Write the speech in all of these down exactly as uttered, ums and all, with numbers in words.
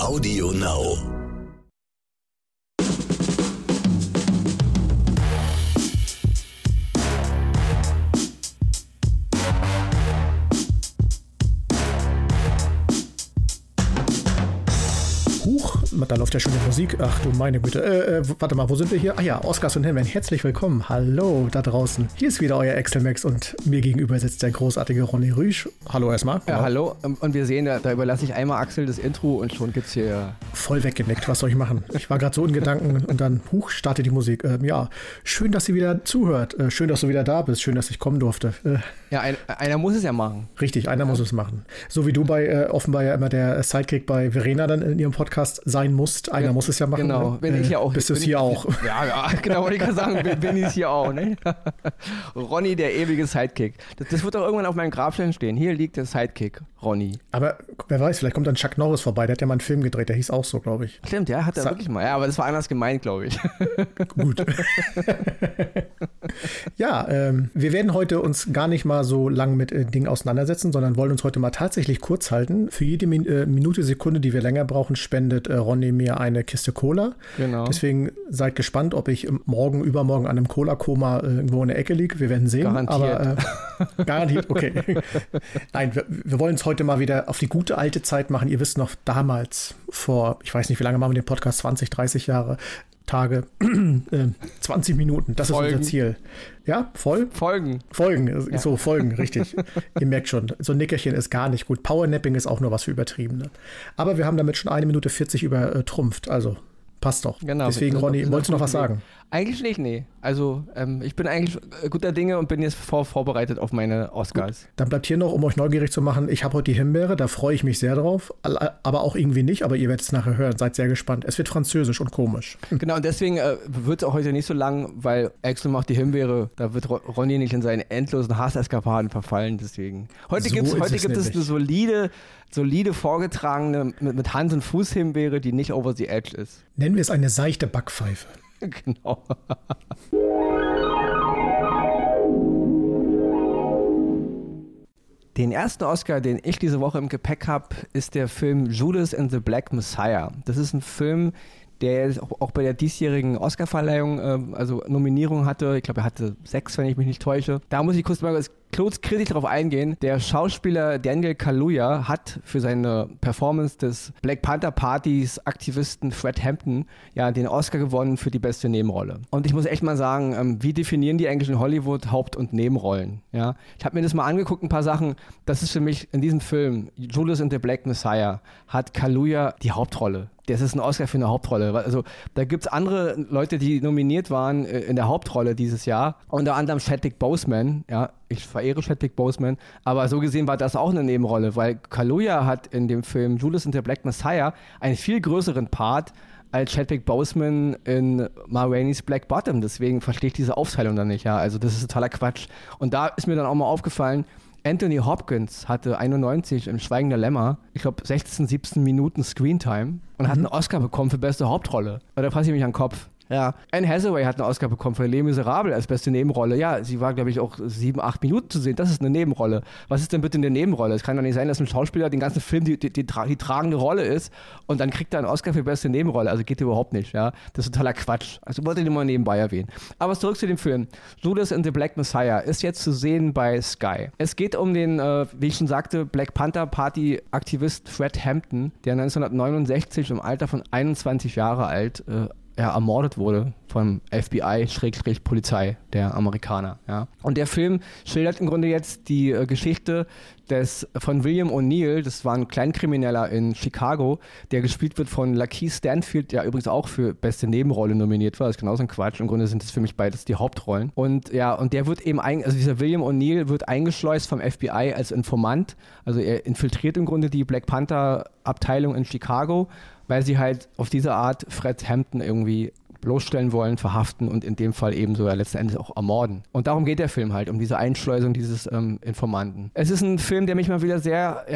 Audio Now. Huch, da läuft ja schon die Musik. Ach du meine Güte. Äh, äh, warte mal, wo sind wir hier? Ah ja, Oscars und Himbeeren. Herzlich willkommen. Hallo da draußen. Hier ist wieder euer Excel-Max und mir gegenüber sitzt der großartige Ronny Rüsch. Hallo erstmal. Ja, hallo. Und wir sehen, da, da überlasse ich einmal Axel das Intro und schon gibt's hier... Voll weggenickt. Was soll ich machen? Ich war gerade so in Gedanken und dann, huch, startet die Musik. Ähm, ja, schön, dass sie wieder zuhört. Äh, schön, dass du wieder da bist. Schön, dass ich kommen durfte. Äh, ja, ein, einer muss es ja machen. Richtig, einer ja. muss es machen. So wie du bei äh, offenbar ja immer der Sidekick bei Verena dann in ihrem Podcast sein musst. Einer ja, muss es ja machen. Genau, ne? bin äh, ich ja auch. Bist du es hier ich, auch? Ja, ja, genau, wollte ich gerade sagen, bin, bin ich es hier auch. Ne? Ronny, der ewige Sidekick. Das, das wird doch irgendwann auf meinem Grabstein stehen. Hier liegt der Sidekick, Ronny. Aber wer weiß, vielleicht kommt dann Chuck Norris vorbei. Der hat ja mal einen Film gedreht, der hieß auch so, glaube ich. Stimmt, ja, hat er Sa- wirklich mal. Ja, aber das war anders gemeint, glaube ich. Gut. Ja, ähm, wir werden heute uns gar nicht mal so lang mit äh, Dingen auseinandersetzen, sondern wollen uns heute mal tatsächlich kurz halten. Für jede Min- äh, Minute, Sekunde, die wir länger brauchen, spendet äh, Ronny mir eine Kiste Cola. Genau. Deswegen seid gespannt, ob ich morgen, übermorgen an einem Cola-Koma äh, irgendwo in der Ecke liege. Wir werden sehen. Garantiert. Aber, äh, garantiert, okay. Nein, wir, wir wollen es heute mal wieder auf die gute alte Zeit machen. Ihr wisst noch, damals, vor, ich weiß nicht, wie lange machen wir den Podcast, zwanzig, dreißig Jahre, Tage, äh, zwanzig Minuten, das Folgen. Ist unser Ziel. Ja, voll? Folgen. Folgen, ja. so Folgen, richtig. Ihr merkt schon, so ein Nickerchen ist gar nicht gut. Powernapping ist auch nur was für Übertriebene. Aber wir haben damit schon eine Minute vierzig übertrumpft, also passt doch. Genau. Deswegen, Ronny, wolltest du noch was sagen? Eigentlich nicht, nee. Also ähm, ich bin eigentlich guter Dinge und bin jetzt vor, vorbereitet auf meine Oscars. Gut. Dann bleibt hier noch, um euch neugierig zu machen, ich habe heute die Himbeere, da freue ich mich sehr drauf, aber auch irgendwie nicht, aber ihr werdet es nachher hören, seid sehr gespannt. Es wird französisch und komisch. Genau, und deswegen äh, wird es auch heute nicht so lang, weil Axel macht die Himbeere, da wird Ronny nicht in seine endlosen Hasseskapaden verfallen, deswegen. Heute so gibt es heute gibt es eine solide, solide vorgetragene mit, mit Hand- und Fuß-Himbeere, die nicht over the edge ist. Nennen wir es eine seichte Backpfeife. Genau. Den ersten Oscar, den ich diese Woche im Gepäck habe, ist der Film Judas and the Black Messiah. Das ist ein Film, der auch bei der diesjährigen Oscarverleihung äh, also Nominierung hatte. Ich glaube, er hatte sechs, wenn ich mich nicht täusche. Da muss ich kurz mal kurz kritisch darauf eingehen. Der Schauspieler Daniel Kaluuya hat für seine Performance des Black Panther Partys Aktivisten Fred Hampton ja den Oscar gewonnen für die beste Nebenrolle. Und ich muss echt mal sagen, ähm, wie definieren die eigentlich in Hollywood Haupt- und Nebenrollen? Ja? Ich habe mir das mal angeguckt, ein paar Sachen. Das ist für mich in diesem Film, Judas and the Black Messiah, hat Kaluuya die Hauptrolle. Das ist ein Oscar für eine Hauptrolle. Also da gibt es andere Leute, die nominiert waren in der Hauptrolle dieses Jahr. Unter anderem Chadwick Boseman. Ja, ich verehre Chadwick Boseman. Aber so gesehen war das auch eine Nebenrolle, weil Kaluuya hat in dem Film Judas and the Black Messiah einen viel größeren Part als Chadwick Boseman in Ma Rainey's Black Bottom. Deswegen verstehe ich diese Aufteilung dann nicht. Ja, also das ist totaler Quatsch. Und da ist mir dann auch mal aufgefallen, Anthony Hopkins hatte einundneunzig im Schweigen der Lämmer, ich glaube sechzehn, siebzehn Minuten Screentime und mhm. hat einen Oscar bekommen für beste Hauptrolle. Da fasse ich mich an den Kopf. Ja, Anne Hathaway hat einen Oscar bekommen für Les Miserables als beste Nebenrolle. Ja, sie war, glaube ich, auch sieben, acht Minuten zu sehen. Das ist eine Nebenrolle. Was ist denn bitte eine Nebenrolle? Es kann doch nicht sein, dass ein Schauspieler den ganzen Film die, die, die, die tragende Rolle ist und dann kriegt er einen Oscar für beste Nebenrolle. Also geht überhaupt nicht, ja. Das ist totaler Quatsch. Also wollte ich den mal nebenbei erwähnen. Aber zurück zu dem Film. Judas and the Black Messiah ist jetzt zu sehen bei Sky. Es geht um den, äh, wie ich schon sagte, Black Panther Party Aktivist Fred Hampton, der neunzehnhundertneunundsechzig im Alter von einundzwanzig Jahre alt äh, er ermordet wurde vom F B I-Polizei der Amerikaner. Ja. Und der Film schildert im Grunde jetzt die äh, Geschichte des, von William O'Neill, das war ein Kleinkrimineller in Chicago, der gespielt wird von Lakeith Stanfield, der übrigens auch für beste Nebenrolle nominiert war. Das ist genauso ein Quatsch. Im Grunde sind das für mich beides die Hauptrollen. Und ja, und der wird eben, ein, also dieser William O'Neill wird eingeschleust vom F B I als Informant. Also er infiltriert im Grunde die Black Panther Abteilung in Chicago, weil sie halt auf diese Art Fred Hampton irgendwie bloßstellen wollen, verhaften und in dem Fall eben sogar letzten Endes auch ermorden. Und darum geht der Film halt, um diese Einschleusung dieses ähm, Informanten. Es ist ein Film, der mich mal wieder sehr, ja,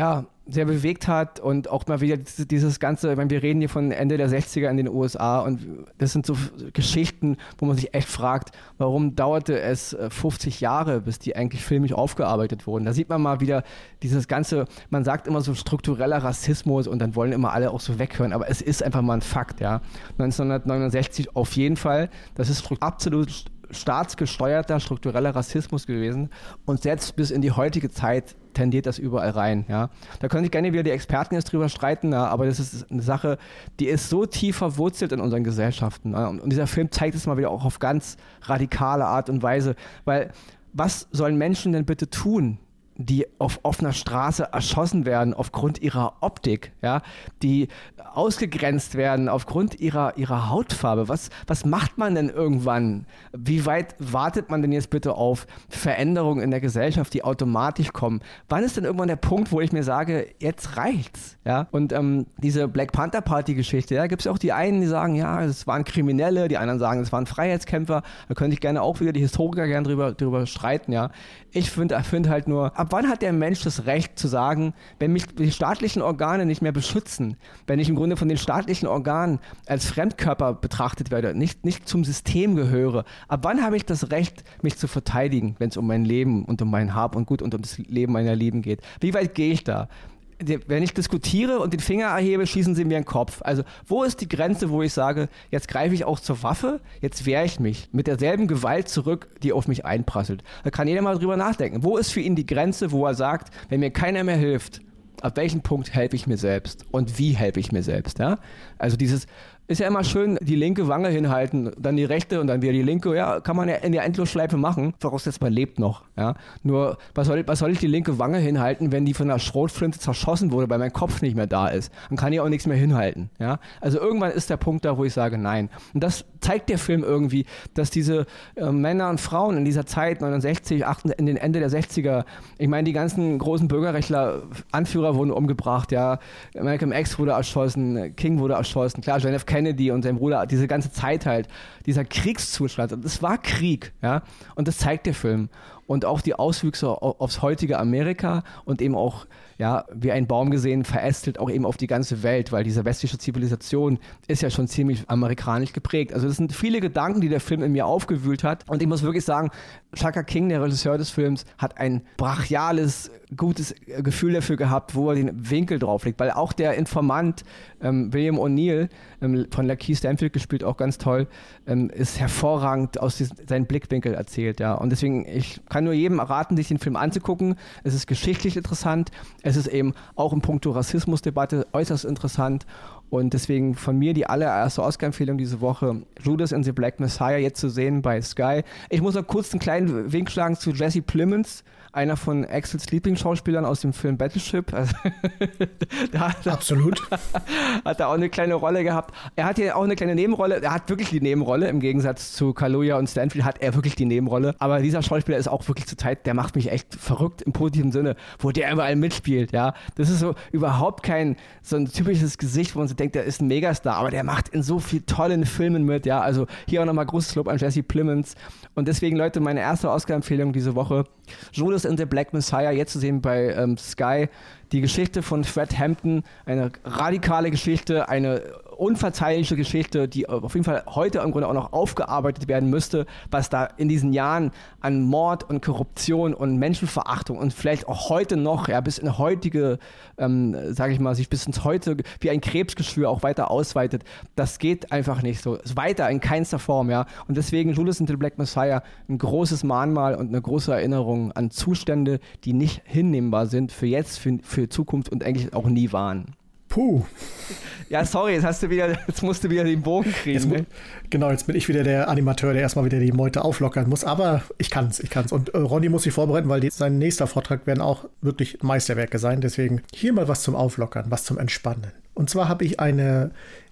sehr bewegt hat und auch mal wieder dieses, dieses ganze, ich meine, wir reden hier von Ende der sechziger in den U S A und das sind so Geschichten, wo man sich echt fragt, warum dauerte es fünfzig Jahre, bis die eigentlich filmisch aufgearbeitet wurden. Da sieht man mal wieder dieses ganze, man sagt immer so struktureller Rassismus und dann wollen immer alle auch so weghören, aber es ist einfach mal ein Fakt, ja. neunzehnhundertneunundsechzig auf jeden Fall, das ist absolut staatsgesteuerter struktureller Rassismus gewesen und selbst bis in die heutige Zeit tendiert das überall rein. Ja. Da können sich gerne wieder die Experten jetzt drüber streiten, ja, aber das ist eine Sache, die ist so tief verwurzelt in unseren Gesellschaften. Ja. Und dieser Film zeigt es mal wieder auch auf ganz radikale Art und Weise, weil was sollen Menschen denn bitte tun, die auf offener Straße erschossen werden aufgrund ihrer Optik, ja, die ausgegrenzt werden aufgrund ihrer, ihrer Hautfarbe. Was, was macht man denn irgendwann? Wie weit wartet man denn jetzt bitte auf Veränderungen in der Gesellschaft, die automatisch kommen? Wann ist denn irgendwann der Punkt, wo ich mir sage, jetzt reicht's? Ja? Und ähm, diese Black Panther Party Geschichte, ja, gibt es auch die einen, die sagen, ja, es waren Kriminelle, die anderen sagen, es waren Freiheitskämpfer. Da könnte ich gerne auch wieder die Historiker gerne drüber, drüber streiten, ja. Ich finde find halt nur, ab wann hat der Mensch das Recht zu sagen, wenn mich die staatlichen Organe nicht mehr beschützen, wenn ich im Grunde von den staatlichen Organen als Fremdkörper betrachtet werde, nicht, nicht zum System gehöre, ab wann habe ich das Recht, mich zu verteidigen, wenn es um mein Leben und um mein Hab und Gut und um das Leben meiner Lieben geht? Wie weit gehe ich da? Wenn ich diskutiere und den Finger erhebe, schießen sie mir in den Kopf. Also wo ist die Grenze, wo ich sage, jetzt greife ich auch zur Waffe, jetzt wehre ich mich mit derselben Gewalt zurück, die auf mich einprasselt. Da kann jeder mal drüber nachdenken. Wo ist für ihn die Grenze, wo er sagt, wenn mir keiner mehr hilft, ab welchem Punkt helfe ich mir selbst und wie helfe ich mir selbst? Ja? Also dieses ist ja immer schön, die linke Wange hinhalten, dann die rechte und dann wieder die linke. Ja, kann man ja in der Endlosschleife machen, vorausgesetzt man lebt noch. Ja? Nur, was soll, was soll ich die linke Wange hinhalten, wenn die von einer Schrotflinte zerschossen wurde, weil mein Kopf nicht mehr da ist? Dann kann ich auch nichts mehr hinhalten. Ja? Also irgendwann ist der Punkt da, wo ich sage, nein. Und das zeigt der Film irgendwie, dass diese äh, Männer und Frauen in dieser Zeit, neunundsechzig, achtundachtzig, in den Ende der sechziger, ich meine, die ganzen großen Bürgerrechtler, Anführer wurden umgebracht, ja, Malcolm X wurde erschossen, King wurde erschossen, klar, John F. Kennedy und sein Bruder, diese ganze Zeit halt, dieser Kriegszustand, das war Krieg, ja, und das zeigt der Film. Und auch die Auswüchse aufs heutige Amerika und eben auch, ja, wie ein Baum gesehen, verästelt auch eben auf die ganze Welt, weil diese westliche Zivilisation ist ja schon ziemlich amerikanisch geprägt. Also das sind viele Gedanken, die der Film in mir aufgewühlt hat. Und ich muss wirklich sagen, Shaka King, der Regisseur des Films, hat ein brachiales, gutes Gefühl dafür gehabt, wo er den Winkel drauf legt. Weil auch der Informant ähm, William O'Neill, ähm, von Lakeith Stanfield gespielt, auch ganz toll, ähm, ist hervorragend aus diesen, seinen Blickwinkel erzählt. Ja. Und deswegen, ich kann nur jedem raten, sich den Film anzugucken. Es ist geschichtlich interessant. Es ist eben auch in puncto Rassismusdebatte äußerst interessant. Und deswegen von mir die allererste Oscar-Empfehlung diese Woche, Judas and the Black Messiah, jetzt zu sehen bei Sky. Ich muss noch kurz einen kleinen Wink schlagen zu Jesse Plemons, einer von Axels Lieblingsschauspielern aus dem Film Battleship. Also, da hat er, Absolut. Hat er auch eine kleine Rolle gehabt. Er hat hier auch eine kleine Nebenrolle. Er hat wirklich die Nebenrolle. Im Gegensatz zu Kaluuya und Stanfield hat er wirklich die Nebenrolle. Aber dieser Schauspieler ist auch wirklich zur Zeit, der macht mich echt verrückt im positiven Sinne, wo der überall mitspielt. Ja, das ist so überhaupt kein so ein typisches Gesicht, wo man so denkt, der ist ein Megastar. Aber der macht in so vielen tollen Filmen mit. Ja, also hier auch nochmal großes Lob an Jesse Plemons. Und deswegen, Leute, meine erste Oscar-Empfehlung diese Woche, Judas and the Black Messiah, jetzt zu sehen bei ähm, Sky. Die Geschichte von Fred Hampton, eine radikale Geschichte, eine unverzeihliche Geschichte, die auf jeden Fall heute im Grunde auch noch aufgearbeitet werden müsste, was da in diesen Jahren an Mord und Korruption und Menschenverachtung und vielleicht auch heute noch, ja, bis in heutige, ähm, sage ich mal, sich bis ins Heute wie ein Krebsgeschwür auch weiter ausweitet. Das geht einfach nicht so. Weiter in keinster Form, ja. Und deswegen Judas and the Black Messiah, ein großes Mahnmal und eine große Erinnerung an Zustände, die nicht hinnehmbar sind für jetzt, für, für Zukunft und eigentlich auch nie waren. Puh. Ja, sorry, jetzt hast du wieder, jetzt musst du wieder den Bogen kriegen. Jetzt, ne? Genau, jetzt bin ich wieder der Animateur, der erstmal wieder die Meute auflockern muss. Aber ich kann's, ich kann's. Und äh, Ronny muss sich vorbereiten, weil die, sein nächster Vortrag werden auch wirklich Meisterwerke sein. Deswegen hier mal was zum Auflockern, was zum Entspannen. Und zwar habe ich eine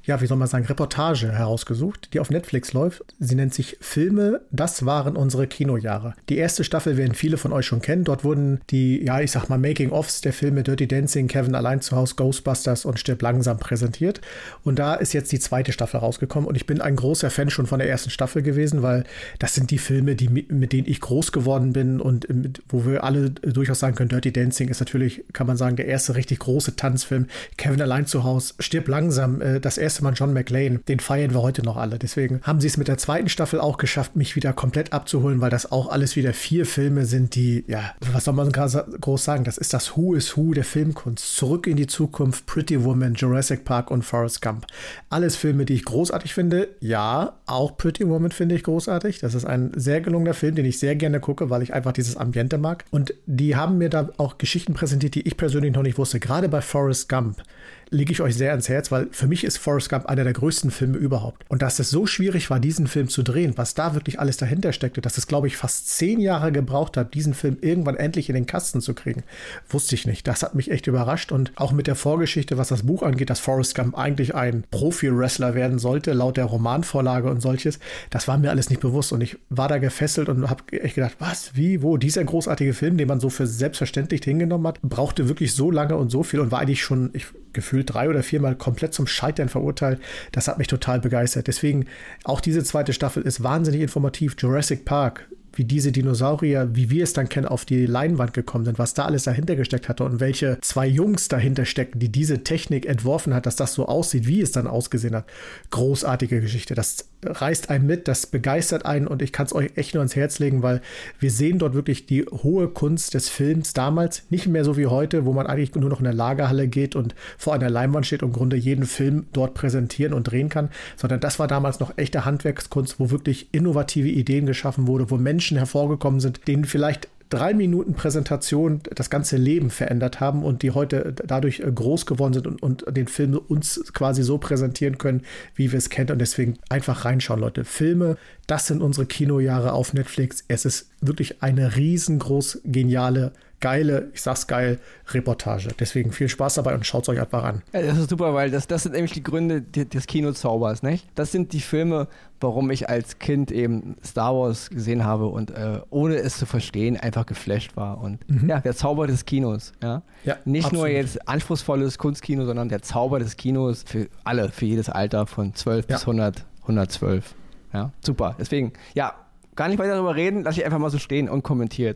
ja, wie soll man sagen, Reportage herausgesucht, die auf Netflix läuft. Sie nennt sich Filme, das waren unsere Kinojahre. Die erste Staffel werden viele von euch schon kennen. Dort wurden die, ja, ich sag mal, Making-ofs der Filme Dirty Dancing, Kevin allein zu Hause, Ghostbusters und Stirb langsam präsentiert. Und da ist jetzt die zweite Staffel rausgekommen. Und ich bin ein großer Fan schon von der ersten Staffel gewesen, weil das sind die Filme, die, mit denen ich groß geworden bin und mit, wo wir alle durchaus sagen können, Dirty Dancing ist natürlich, kann man sagen, der erste richtig große Tanzfilm. Kevin allein zu Hause, Stirb langsam, das erste Mal John McClane, den feiern wir heute noch alle. Deswegen haben sie es mit der zweiten Staffel auch geschafft, mich wieder komplett abzuholen, weil das auch alles wieder vier Filme sind, die, ja, was soll man groß sagen, das ist das Who is Who der Filmkunst. Zurück in die Zukunft, Pretty Woman, Jurassic Park und Forrest Gump. Alles Filme, die ich großartig finde. Ja, auch Pretty Woman finde ich großartig. Das ist ein sehr gelungener Film, den ich sehr gerne gucke, weil ich einfach dieses Ambiente mag. Und die haben mir da auch Geschichten präsentiert, die ich persönlich noch nicht wusste. Gerade bei Forrest Gump lege ich euch sehr ans Herz, weil für mich ist Forrest Gump einer der größten Filme überhaupt. Und dass es so schwierig war, diesen Film zu drehen, was da wirklich alles dahinter steckte, dass es, glaube ich, fast zehn Jahre gebraucht hat, diesen Film irgendwann endlich in den Kasten zu kriegen, wusste ich nicht. Das hat mich echt überrascht. Und auch mit der Vorgeschichte, was das Buch angeht, dass Forrest Gump eigentlich ein Profi-Wrestler werden sollte, laut der Romanvorlage und solches, das war mir alles nicht bewusst. Und ich war da gefesselt und habe echt gedacht, was, wie, wo? Dieser großartige Film, den man so für selbstverständlich hingenommen hat, brauchte wirklich so lange und so viel und war eigentlich schon, ich gefühlt drei oder viermal komplett zum Scheitern verurteilt. Das hat mich total begeistert. Deswegen, auch diese zweite Staffel ist wahnsinnig informativ. Jurassic Park, wie diese Dinosaurier, wie wir es dann kennen, auf die Leinwand gekommen sind, was da alles dahinter gesteckt hatte und welche zwei Jungs dahinter stecken, die diese Technik entworfen hat, dass das so aussieht, wie es dann ausgesehen hat. Großartige Geschichte. Das reißt einen mit, das begeistert einen und ich kann es euch echt nur ans Herz legen, weil wir sehen dort wirklich die hohe Kunst des Films damals, nicht mehr so wie heute, wo man eigentlich nur noch in der Lagerhalle geht und vor einer Leinwand steht und im Grunde jeden Film dort präsentieren und drehen kann, sondern das war damals noch echte Handwerkskunst, wo wirklich innovative Ideen geschaffen wurde, wo Menschen hervorgekommen sind, denen vielleicht drei Minuten Präsentation das ganze Leben verändert haben und die heute dadurch groß geworden sind und, und den Film uns quasi so präsentieren können, wie wir es kennen. Und deswegen einfach reinschauen, Leute. Filme, das sind unsere Kinojahre auf Netflix. Es ist wirklich eine riesengroß geniale, geile, ich sag's geil, Reportage. Deswegen viel Spaß dabei und schaut's euch einfach an. Ja, das ist super, weil das, das sind nämlich die Gründe des Kinozaubers, nicht? Das sind die Filme, warum ich als Kind eben Star Wars gesehen habe und äh, ohne es zu verstehen einfach geflasht war. Und mhm. ja, der Zauber des Kinos. Ja? Ja, nicht absolut. Nur jetzt anspruchsvolles Kunstkino, sondern der Zauber des Kinos für alle, für jedes Alter von zwölf ja. bis hundert, hundertzwölf. Ja, super. Deswegen, ja, gar nicht weiter darüber reden, lasse ich einfach mal so stehen und kommentiert.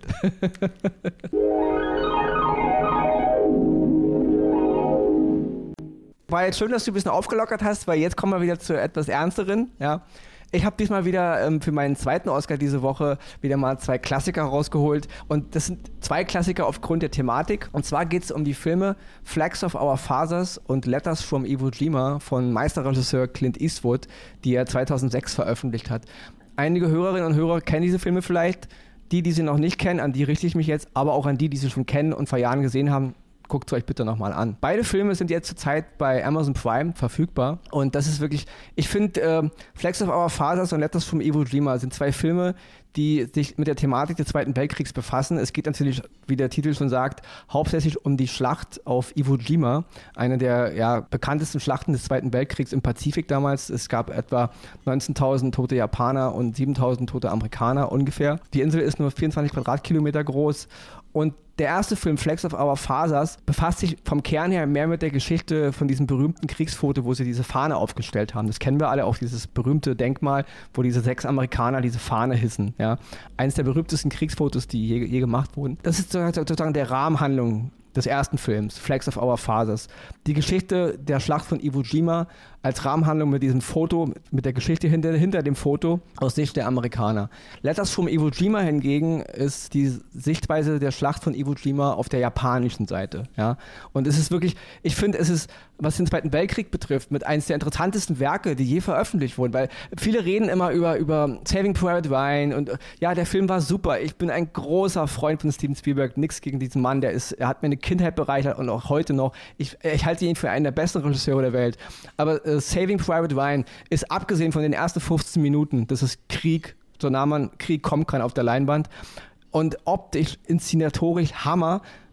War jetzt schön, dass du ein bisschen aufgelockert hast, weil jetzt kommen wir wieder zu etwas Ernsteren. Ja. Ich habe diesmal wieder ähm, für meinen zweiten Oscar diese Woche wieder mal zwei Klassiker rausgeholt. Und das sind zwei Klassiker aufgrund der Thematik. Und zwar geht es um die Filme Flags of Our Fathers und Letters from Iwo Jima von Meisterregisseur Clint Eastwood, die er zweitausendsechs veröffentlicht hat. Einige Hörerinnen und Hörer kennen diese Filme vielleicht. Die, die sie noch nicht kennen, an die richte ich mich jetzt, aber auch an die, die sie schon kennen und vor Jahren gesehen haben. Guckt es euch bitte nochmal an. Beide Filme sind jetzt zurzeit bei Amazon Prime verfügbar und das ist wirklich, ich finde, äh, Flags of Our Fathers und Letters from Iwo Jima sind zwei Filme, die sich mit der Thematik des Zweiten Weltkriegs befassen. Es geht natürlich, wie der Titel schon sagt, hauptsächlich um die Schlacht auf Iwo Jima, eine der ja, bekanntesten Schlachten des Zweiten Weltkriegs im Pazifik damals. Es gab etwa neunzehntausend tote Japaner und siebentausend tote Amerikaner ungefähr. Die Insel ist nur vierundzwanzig Quadratkilometer groß und der erste Film, Flags of Our Fathers, befasst sich vom Kern her mehr mit der Geschichte von diesem berühmten Kriegsfoto, wo sie diese Fahne aufgestellt haben. Das kennen wir alle, auch dieses berühmte Denkmal, wo diese sechs Amerikaner diese Fahne hissen. Ja? Eines der berühmtesten Kriegsfotos, die je, je gemacht wurden. Das ist sozusagen der Rahmenhandlung des ersten Films, Flags of Our Fathers. Die Geschichte der Schlacht von Iwo Jima als Rahmenhandlung mit diesem Foto, mit der Geschichte hinter, hinter dem Foto aus Sicht der Amerikaner. Letters from Iwo Jima hingegen ist die Sichtweise der Schlacht von Iwo Jima auf der japanischen Seite. Ja? Und es ist wirklich, ich finde, es ist, was den Zweiten Weltkrieg betrifft, mit eines der interessantesten Werke, die je veröffentlicht wurden, weil viele reden immer über, über Saving Private Ryan und ja, der Film war super. Ich bin ein großer Freund von Steven Spielberg, nichts gegen diesen Mann, der ist, er hat mir eine Kindheit bereichert und auch heute noch. Ich, ich halte ihn für einen der besten Regisseure der Welt. Aber äh, Saving Private Ryan ist abgesehen von den ersten fünfzehn Minuten, das ist Krieg, so nah man Krieg kommen kann auf der Leinwand und optisch, inszenatorisch Hammer.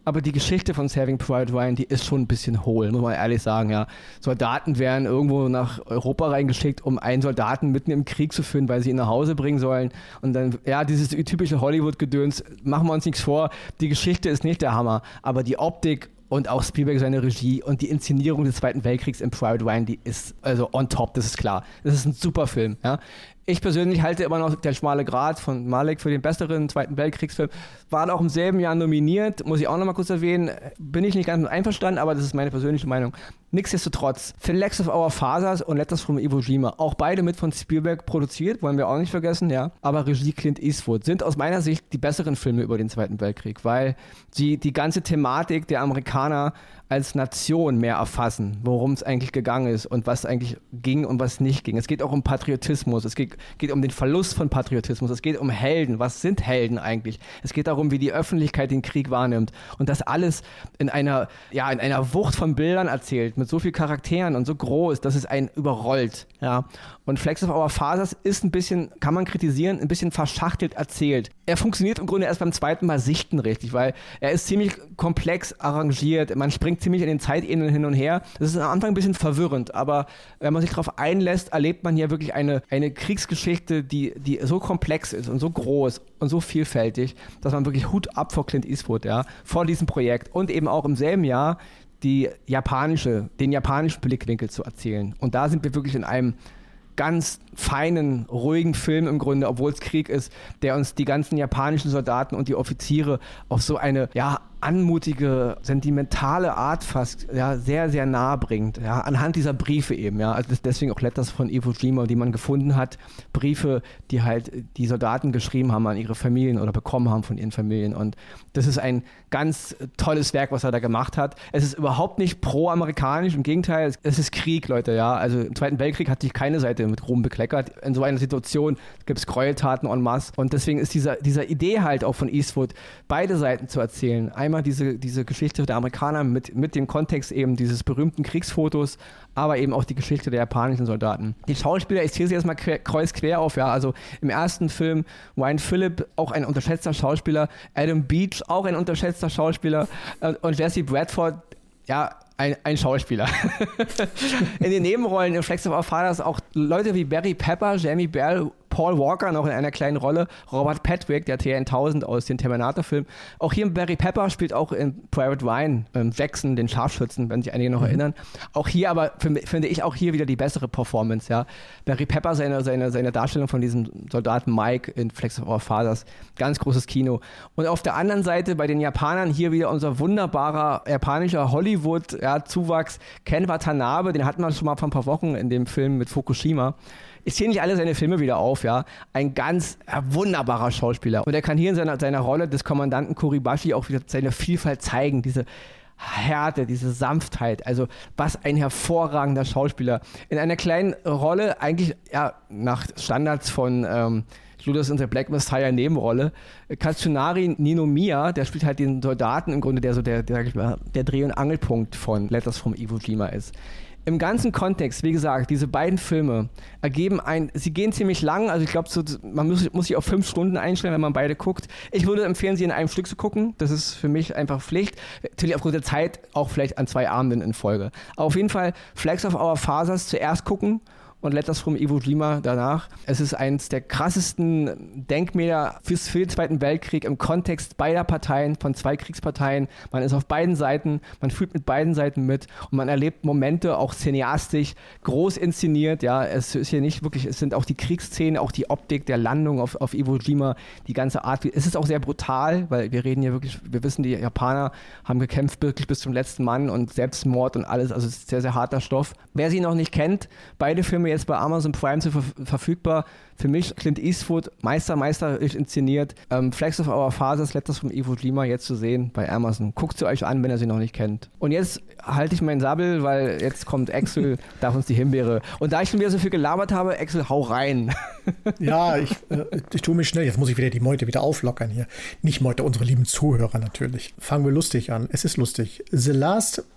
Aber die Geschichte von Saving Private Ryan, die ist schon ein bisschen hohl, muss man ehrlich sagen, ja. Soldaten werden irgendwo nach Europa reingeschickt, um einen Soldaten mitten im Krieg zu führen, weil sie ihn nach Hause bringen sollen. Und dann, ja, dieses typische Hollywood-Gedöns, machen wir uns nichts vor, die Geschichte ist nicht der Hammer, aber die Optik und auch Spielberg seine Regie und die Inszenierung des Zweiten Weltkriegs in Private Ryan, die ist also on top, das ist klar. Das ist ein super Film, ja. Ich persönlich halte immer noch Der schmale Grat von Malick für den besseren Zweiten Weltkriegsfilm. War auch im selben Jahr nominiert, muss ich auch noch mal kurz erwähnen. Bin ich nicht ganz einverstanden, aber das ist meine persönliche Meinung. Nichtsdestotrotz, Flex of Our Fathers und Letters from Iwo Jima, auch beide mit von Spielberg produziert, wollen wir auch nicht vergessen, ja. Aber Regie Clint Eastwood sind aus meiner Sicht die besseren Filme über den Zweiten Weltkrieg, weil sie die ganze Thematik der Amerikaner als Nation mehr erfassen, worum es eigentlich gegangen ist und was eigentlich ging und was nicht ging. Es geht auch um Patriotismus, es geht, geht um den Verlust von Patriotismus, es geht um Helden, was sind Helden eigentlich? Es geht darum, wie die Öffentlichkeit den Krieg wahrnimmt und das alles in einer, ja, in einer Wucht von Bildern erzählt, mit so vielen Charakteren und so groß, dass es einen überrollt. Ja. Und Flex of Our Fathers ist ein bisschen, kann man kritisieren, ein bisschen verschachtelt erzählt. Er funktioniert im Grunde erst beim zweiten Mal sichten richtig, weil er ist ziemlich komplex arrangiert, man springt ziemlich in den Zeitebenen hin und her. Das ist am Anfang ein bisschen verwirrend, aber wenn man sich darauf einlässt, erlebt man hier wirklich eine, eine Kriegsgeschichte, die, die so komplex ist und so groß und so vielfältig, dass man wirklich Hut ab vor Clint Eastwood, ja, vor diesem Projekt und eben auch im selben Jahr die japanische, den japanischen Blickwinkel zu erzählen. Und da sind wir wirklich in einem ganz feinen, ruhigen Film im Grunde, obwohl es Krieg ist, der uns die ganzen japanischen Soldaten und die Offiziere auf so eine, ja, anmutige, sentimentale Art fast, ja, sehr, sehr nahe bringt, ja, anhand dieser Briefe eben, ja, also deswegen auch Letters von Iwo Jima, die man gefunden hat, Briefe, die halt die Soldaten geschrieben haben an ihre Familien oder bekommen haben von ihren Familien und das ist ein ganz tolles Werk, was er da gemacht hat. Es ist überhaupt nicht pro-amerikanisch, im Gegenteil, es ist Krieg, Leute, ja, also im Zweiten Weltkrieg hat sich keine Seite mit Ruhm bekleckert, in so einer Situation gibt es Gräueltaten en masse und deswegen ist dieser, dieser Idee halt auch von Eastwood, beide Seiten zu erzählen, einmal diese, diese Geschichte der Amerikaner mit, mit dem Kontext eben dieses berühmten Kriegsfotos, aber eben auch die Geschichte der japanischen Soldaten. Die Schauspieler, ich zähle sie erstmal quer, kreuz quer auf, ja, also im ersten Film Wayne Phillip, auch ein unterschätzter Schauspieler, Adam Beach, auch ein unterschätzter Schauspieler und Jesse Bradford, ja, ein, ein Schauspieler. In den Nebenrollen in Flex of Our Fathers auch Leute wie Barry Pepper, Jamie Bell, Paul Walker noch in einer kleinen Rolle, Robert Patrick, der T tausend aus dem Terminator-Film. Auch hier Barry Pepper spielt auch in Private Ryan, ähm, Jackson, den Scharfschützen, wenn sich einige noch mhm. erinnern. Auch hier aber für, finde ich auch hier wieder die bessere Performance, ja. Barry Pepper, seine, seine, seine Darstellung von diesem Soldaten Mike in Flex of Our Fathers, ganz großes Kino. Und auf der anderen Seite bei den Japanern hier wieder unser wunderbarer japanischer Hollywood-Zuwachs, ja, Ken Watanabe, den hatten wir schon mal vor ein paar Wochen in dem Film mit Fukushima. Ich zähle nicht alle seine Filme wieder auf, ja. Ein ganz äh, wunderbarer Schauspieler. Und er kann hier in seiner, seiner Rolle des Kommandanten Kuribashi auch wieder seine Vielfalt zeigen, diese Härte, diese Sanftheit. Also was ein hervorragender Schauspieler. In einer kleinen Rolle, eigentlich ja nach Standards von ähm, Judas and the Black Messiah Nebenrolle. Katsunari Ninomiya, der spielt halt den Soldaten im Grunde, der so der, der, der Dreh- und Angelpunkt von Letters from Iwo Jima ist. Im ganzen Kontext, wie gesagt, diese beiden Filme ergeben ein, sie gehen ziemlich lang, also ich glaube, so, man muss, muss sich auf fünf Stunden einstellen, wenn man beide guckt. Ich würde empfehlen, sie in einem Stück zu gucken, das ist für mich einfach Pflicht. Natürlich aufgrund der Zeit auch vielleicht an zwei Abenden in Folge. Aber auf jeden Fall Flags of Our Fathers zuerst gucken und Letters from Iwo Jima danach. Es ist eines der krassesten Denkmäler fürs, für den Zweiten Weltkrieg im Kontext beider Parteien, von zwei Kriegsparteien. Man ist auf beiden Seiten, man fühlt mit beiden Seiten mit und man erlebt Momente auch cineastisch, groß inszeniert. Ja, es ist hier nicht wirklich, es sind auch die Kriegsszenen, auch die Optik der Landung auf, auf Iwo Jima, die ganze Art. Es ist auch sehr brutal, weil wir reden hier wirklich, wir wissen, die Japaner haben gekämpft wirklich bis zum letzten Mann und Selbstmord und alles, also es ist sehr, sehr harter Stoff. Wer sie noch nicht kennt, beide Filme jetzt bei Amazon Prime zu ver- verfügbar. Für mich Clint Eastwood, Meister, meisterisch inszeniert. Ähm, Flags of Our Fathers, Letters from Iwo Jima jetzt zu sehen bei Amazon. Guckt sie euch an, wenn ihr sie noch nicht kennt. Und jetzt halte ich meinen Sabbel, weil jetzt kommt Axel, darf uns die Himbeere. Und da ich schon wieder so viel gelabert habe, Axel, hau rein. Ja, ich, äh, ich tue mich schnell. Jetzt muss ich wieder die Meute wieder auflockern hier. Nicht Meute, unsere lieben Zuhörer natürlich. Fangen wir lustig an. Es ist lustig. The Last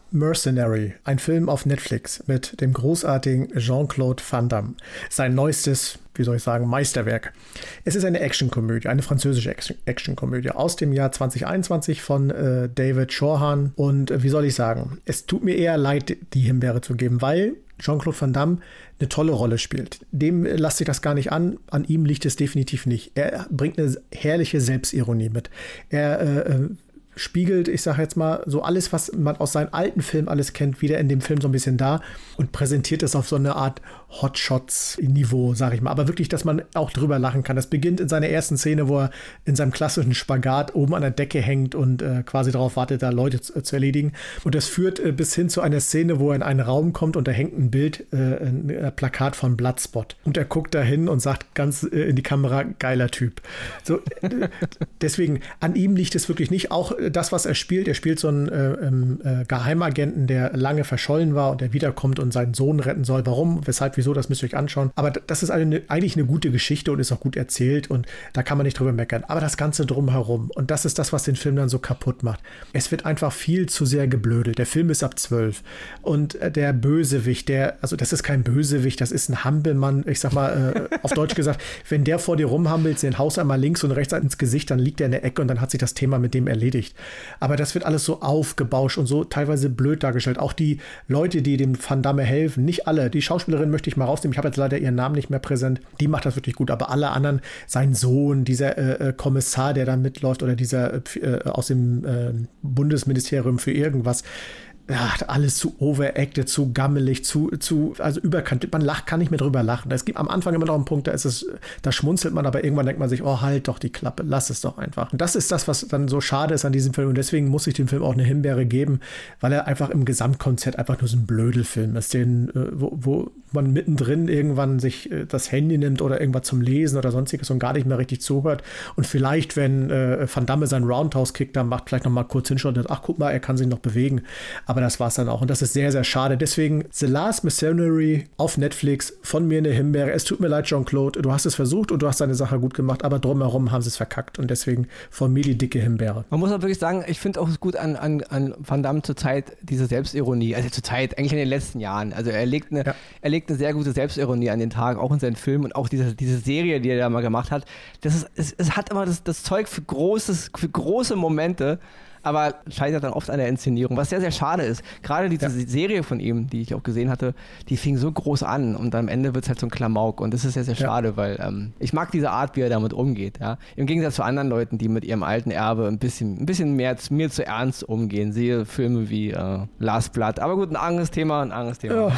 Mercenary, ein Film auf Netflix mit dem großartigen Jean-Claude Van Damme. Sein neuestes, wie soll ich sagen, Meisterwerk. Es ist eine Actionkomödie, eine französische Action- Actionkomödie aus dem Jahr zwanzig einundzwanzig von äh, David Chorhan. Und äh, wie soll ich sagen, es tut mir eher leid, die Himbeere zu geben, weil Jean-Claude Van Damme eine tolle Rolle spielt. Dem äh, lasst sich das gar nicht an. An ihm liegt es definitiv nicht. Er bringt eine herrliche Selbstironie mit. Er äh, spiegelt, ich sage jetzt mal, so alles, was man aus seinen alten Filmen alles kennt, wieder in dem Film so ein bisschen da und präsentiert es auf so eine Art Hotshots-Niveau, sage ich mal. Aber wirklich, dass man auch drüber lachen kann. Das beginnt in seiner ersten Szene, wo er in seinem klassischen Spagat oben an der Decke hängt und äh, quasi darauf wartet, da Leute zu, zu erledigen. Und das führt äh, bis hin zu einer Szene, wo er in einen Raum kommt und da hängt ein Bild, äh, ein, ein Plakat von Bloodspot. Und er guckt da hin und sagt ganz äh, in die Kamera, geiler Typ. So, äh, deswegen, an ihm liegt es wirklich nicht. Auch das, was er spielt, er spielt so einen äh, äh, Geheimagenten, der lange verschollen war und der wiederkommt und seinen Sohn retten soll. Warum, weshalb, wieso, das müsst ihr euch anschauen. Aber das ist eine, eigentlich eine gute Geschichte und ist auch gut erzählt und da kann man nicht drüber meckern. Aber das Ganze drumherum, und das ist das, was den Film dann so kaputt macht. Es wird einfach viel zu sehr geblödelt. Der Film ist ab zwölf und der Bösewicht, der, also das ist kein Bösewicht, das ist ein Hampelmann, ich sag mal, äh, auf Deutsch gesagt, wenn der vor dir rumhampelt, den haust einmal links und rechts ins Gesicht, dann liegt er in der Ecke und dann hat sich das Thema mit dem erledigt. Aber das wird alles so aufgebauscht und so teilweise blöd dargestellt. Auch die Leute, die dem Van Damme helfen, nicht alle. Die Schauspielerin möchte ich mal rausnehmen. Ich habe jetzt leider ihren Namen nicht mehr präsent. Die macht das wirklich gut. Aber alle anderen, sein Sohn, dieser äh, Kommissar, der da mitläuft oder dieser äh, aus dem äh, Bundesministerium für irgendwas, ja, alles zu overacted, zu gammelig, zu, zu, also überkant. Man lacht, kann nicht mehr drüber lachen. Es gibt am Anfang immer noch einen Punkt, da ist es, da schmunzelt man, aber irgendwann denkt man sich, oh, halt doch die Klappe, lass es doch einfach. Und das ist das, was dann so schade ist an diesem Film. Und deswegen muss ich dem Film auch eine Himbeere geben, weil er einfach im Gesamtkonzept einfach nur so ein Blödelfilm ist, den, wo, wo man mittendrin irgendwann sich das Handy nimmt oder irgendwas zum Lesen oder sonstiges und gar nicht mehr richtig zuhört. Und vielleicht, wenn äh, Van Damme seinen Roundhouse-Kick da macht, vielleicht noch mal kurz hinschaut und ach, guck mal, er kann sich noch bewegen. Aber das war es dann auch. Und das ist sehr, sehr schade. Deswegen The Last Mercenary auf Netflix, von mir eine Himbeere. Es tut mir leid, Jean-Claude. Du hast es versucht und du hast deine Sache gut gemacht, aber drumherum haben sie es verkackt. Und deswegen von mir die dicke Himbeere. Man muss auch wirklich sagen, ich finde auch gut an, an, an Van Damme zur Zeit diese Selbstironie. Also zur Zeit, eigentlich in den letzten Jahren. Also er legt eine, ja. er legt eine sehr gute Selbstironie an den Tag, auch in seinen Filmen und auch diese, diese Serie, die er da mal gemacht hat. Das ist, es, es hat immer das, das Zeug für, großes, für große Momente, aber scheitert dann oft an der Inszenierung, was sehr, sehr schade ist. Gerade diese ja. Serie von ihm, die ich auch gesehen hatte, die fing so groß an und am Ende wird es halt so ein Klamauk und das ist sehr, sehr schade, ja. weil ähm, ich mag diese Art, wie er damit umgeht. Ja? Im Gegensatz zu anderen Leuten, die mit ihrem alten Erbe ein bisschen, ein bisschen mehr mir zu ernst umgehen. Sehe Filme wie äh, Last Blood, aber gut, ein anderes Thema, ein anderes Thema.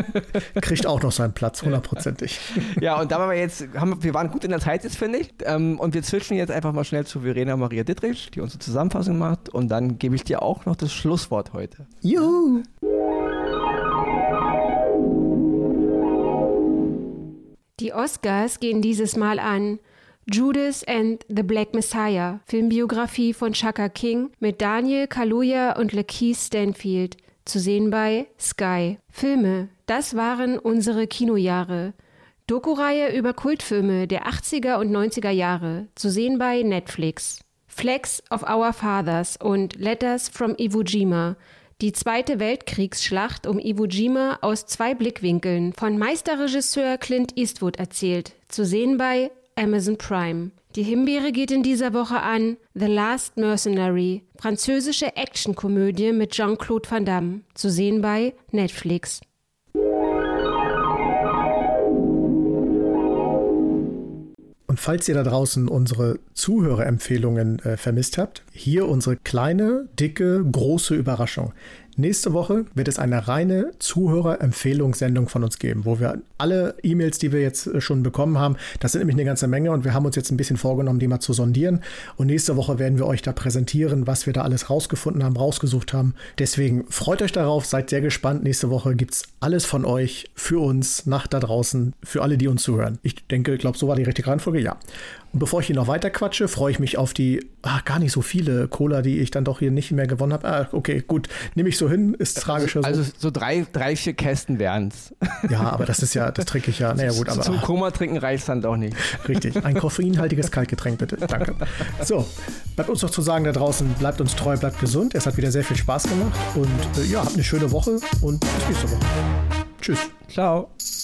Ja. Kriegt auch noch seinen Platz, hundertprozentig. Ja, und da waren wir jetzt, haben, wir waren gut in der Zeit jetzt, finde ich, ähm, und wir switchen jetzt einfach mal schnell zu Verena Maria Dittrich, die unsere Zusammenfassung macht. Und dann gebe ich dir auch noch das Schlusswort heute. Juhu! Die Oscars gehen dieses Mal an Judas and the Black Messiah, Filmbiografie von Shaka King mit Daniel Kaluuya und Lakeith Stanfield, zu sehen bei Sky. Filme, das waren unsere Kinojahre. Doku-Reihe über Kultfilme der achtziger und neunziger Jahre, zu sehen bei Netflix. Flags of Our Fathers und Letters from Iwo Jima, die Zweite Weltkriegsschlacht um Iwo Jima aus zwei Blickwinkeln, von Meisterregisseur Clint Eastwood erzählt, zu sehen bei Amazon Prime. Die Himbeere geht in dieser Woche an The Last Mercenary, französische Actionkomödie mit Jean-Claude Van Damme, zu sehen bei Netflix. Und falls ihr da draußen unsere Zuhörerempfehlungen äh, vermisst habt, hier unsere kleine, dicke, große Überraschung. Nächste Woche wird es eine reine Zuhörerempfehlungssendung von uns geben, wo wir alle E-Mails, die wir jetzt schon bekommen haben, das sind nämlich eine ganze Menge und wir haben uns jetzt ein bisschen vorgenommen, die mal zu sondieren. Und nächste Woche werden wir euch da präsentieren, was wir da alles rausgefunden haben, rausgesucht haben. Deswegen freut euch darauf, seid sehr gespannt. Nächste Woche gibt es alles von euch für uns nach da draußen, für alle, die uns zuhören. Ich denke, ich glaube, so war die richtige Reihenfolge, ja. Und bevor ich hier noch weiter quatsche, freue ich mich auf die, ah, gar nicht so viele Cola, die ich dann doch hier nicht mehr gewonnen habe. Ah, okay, gut, nehme ich so hin, ist tragischer so. Also so drei, drei vier Kästen wären's. Ja, aber das ist ja, das trinke ich ja, naja gut, aber. Zum Koma trinken reicht dann doch nicht. Richtig, ein koffeinhaltiges Kaltgetränk bitte, danke. So, bleibt uns noch zu sagen da draußen, bleibt uns treu, bleibt gesund. Es hat wieder sehr viel Spaß gemacht und äh, ja, habt eine schöne Woche und bis nächste Woche. Tschüss. Ciao.